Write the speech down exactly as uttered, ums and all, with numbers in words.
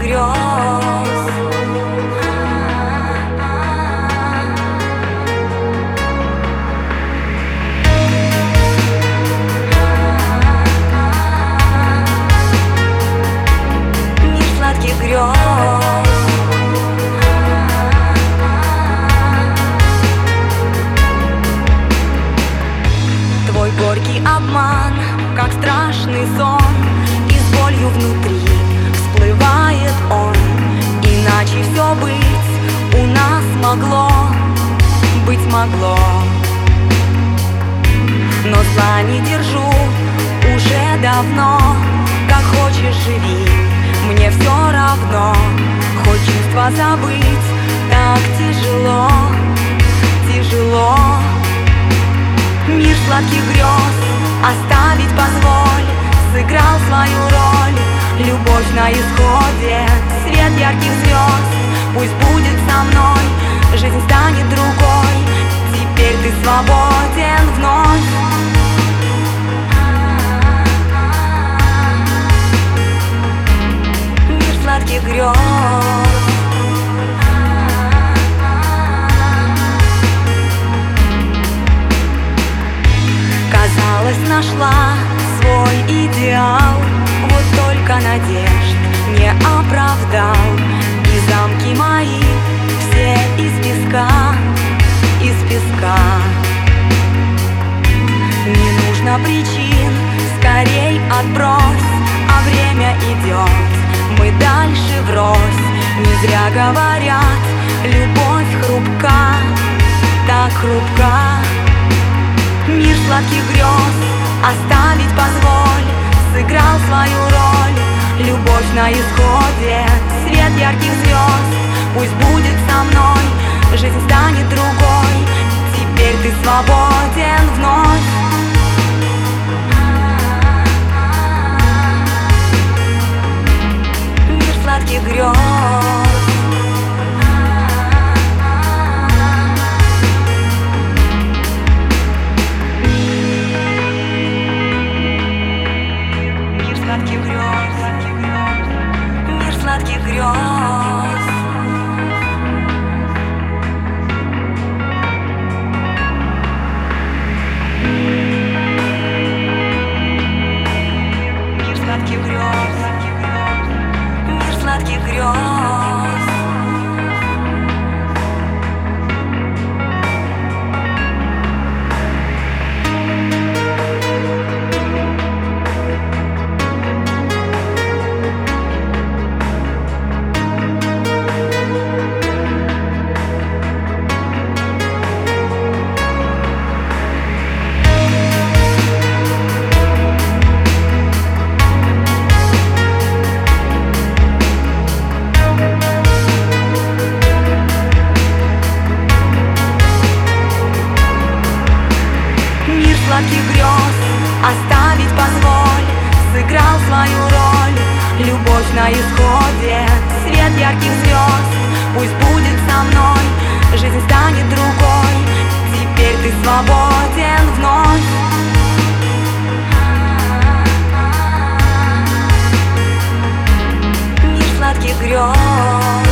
грез. Мир сладких грез. Твой горький обман, как страшный сон, и с болью внутри всплывает он. Иначе все быть у нас могло, быть могло. Но зла не держу уже давно. Как хочешь живи, мне все равно. Хоть чувства забыть так тяжело, тяжело. Мир сладких грез оставить позволь. Сыграл свою роль, любовь на исходе. Свет ярких звезд пусть будет со мной. Жизнь станет другой, теперь ты свободен вновь. Мир сладких грез. Казалось, нашла свой идеал, вот только надежд не оправдал. И замки мои все из песка, из песка. Не нужно причин, скорей отбрось, а время идет, мы дальше врозь. Не зря говорят, любовь хрупка, так хрупка. Мир сладких грез оставить позволь. Сыграл свою роль, любовь на исходе. Свет ярких звезд пусть будет со мной. Жизнь станет другой, теперь ты свободен вновь. Мир сладких грез. Мир сладких грез. Мир сладких грез. Мир сладких грез. Сладких грез оставить позволь. Сыграл свою роль, любовь на исходе. Свет ярких звезд пусть будет со мной. Жизнь станет другой, теперь ты свободен вновь. Мир сладких грез.